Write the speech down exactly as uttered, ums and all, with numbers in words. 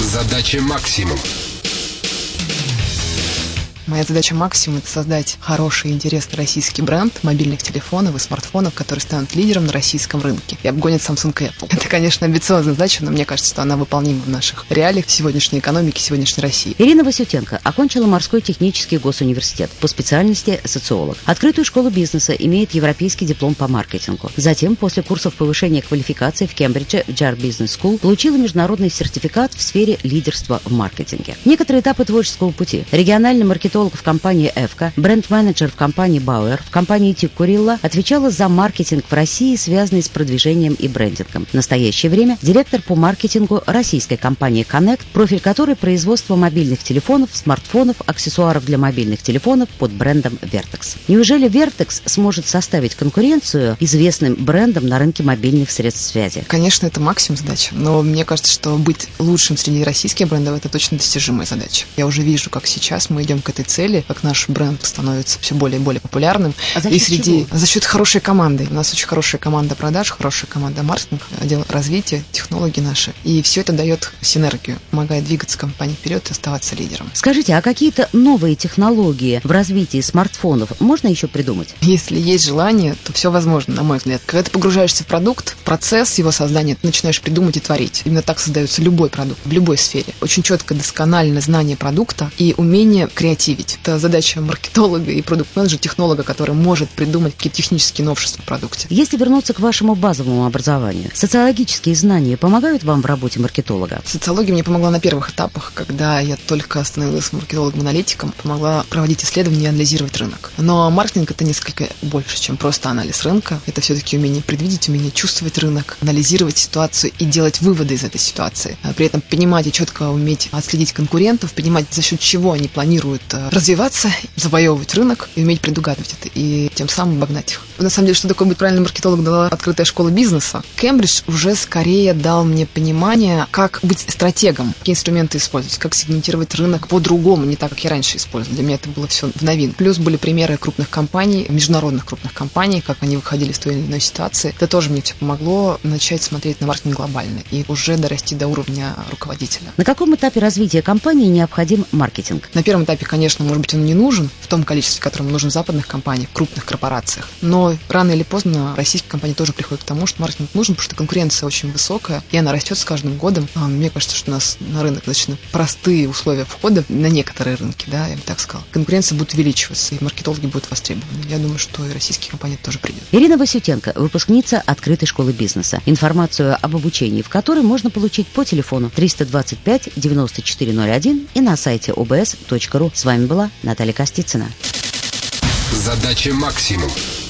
Задача максимум. Моя задача максимум – это создать хороший и интересный российский бренд мобильных телефонов и смартфонов, которые станут лидером на российском рынке и обгонят Samsung и Apple. Это, конечно, амбициозная задача, но мне кажется, что она выполнима в наших реалиях сегодняшней экономики, сегодняшней России. Ирина Васютенко окончила Морской технический госуниверситет по специальности социолог. Открытую школу бизнеса, имеет европейский диплом по маркетингу. Затем, после курсов повышения квалификации в Кембридже в джей ар Business School, получила международный сертификат в сфере лидерства в маркетинге. Некоторые этапы творческого пути. Региональный маркетолог в компании «Эвка», бренд-менеджер в компании «Бауэр», в компании «Тик Курилла», отвечала за маркетинг в России, связанный с продвижением и брендингом. В настоящее время директор по маркетингу российской компании «Коннект», профиль которой производство мобильных телефонов, смартфонов, аксессуаров для мобильных телефонов под брендом «Вертекс». Неужели «Вертекс» сможет составить конкуренцию известным брендам на рынке мобильных средств связи? Конечно, это максимум задача, но мне кажется, что быть лучшим среди российских брендов – это точно достижимая задача. Я уже вижу, как сейчас мы идем к этой цели, как наш бренд становится все более и более популярным. А за и счет среди чего? За счет хорошей команды. У нас очень хорошая команда продаж, хорошая команда маркетинга, отдел развития, технологии наши. И все это дает синергию, помогает двигаться компании вперед и оставаться лидером. Скажите, а какие-то новые технологии в развитии смартфонов можно еще придумать? Если есть желание, то все возможно, на мой взгляд. Когда ты погружаешься в продукт, в процесс его создания, ты начинаешь придумать и творить. Именно так создается любой продукт, в любой сфере. Очень четко, доскональное знание продукта и умение креативить. Это задача маркетолога и продукт-менеджера, технолога, который может придумать какие-то технические новшества в продукте. Если вернуться к вашему базовому образованию, социологические знания помогают вам в работе маркетолога? Социология мне помогла на первых этапах, когда я только становилась маркетологом-аналитиком, помогла проводить исследования и анализировать рынок. Но маркетинг – это несколько больше, чем просто анализ рынка. Это все-таки умение предвидеть, умение чувствовать рынок, анализировать ситуацию и делать выводы из этой ситуации. При этом понимать и четко уметь отследить конкурентов, понимать, за счет чего они планируют развиваться, завоевывать рынок и уметь предугадывать это, и тем самым обогнать их. На самом деле, что такое быть правильным маркетологом, дала открытая школа бизнеса. Кембридж уже скорее дал мне понимание, как быть стратегом, какие инструменты использовать, как сегментировать рынок по-другому, не так, как я раньше использовала. Для меня это было все в новинку. Плюс были примеры крупных компаний, международных крупных компаний, как они выходили из той или иной ситуации. Это тоже мне все помогло начать смотреть на маркетинг глобально и уже дорасти до уровня руководителя. На каком этапе развития компании необходим маркетинг? На первом этапе, конечно, может быть, он не нужен в том количестве, которым нужен в западных компаниях, в крупных корпорациях. Но рано или поздно российские компании тоже приходят к тому, что маркетинг нужен, потому что конкуренция очень высокая, и она растет с каждым годом. Мне кажется, что у нас на рынок достаточно простые условия входа на некоторые рынки, да, я бы так сказала. Конкуренция будет увеличиваться, и маркетологи будут востребованы. Я думаю, что и российские компании тоже придет. Ирина Васютенко, выпускница открытой школы бизнеса. Информацию об обучении в которой можно получить по телефону триста двадцать пять девяносто четыре ноль один и на сайте о бэ эс точка ру. С вами была Наталья Костицына. Задача максимум.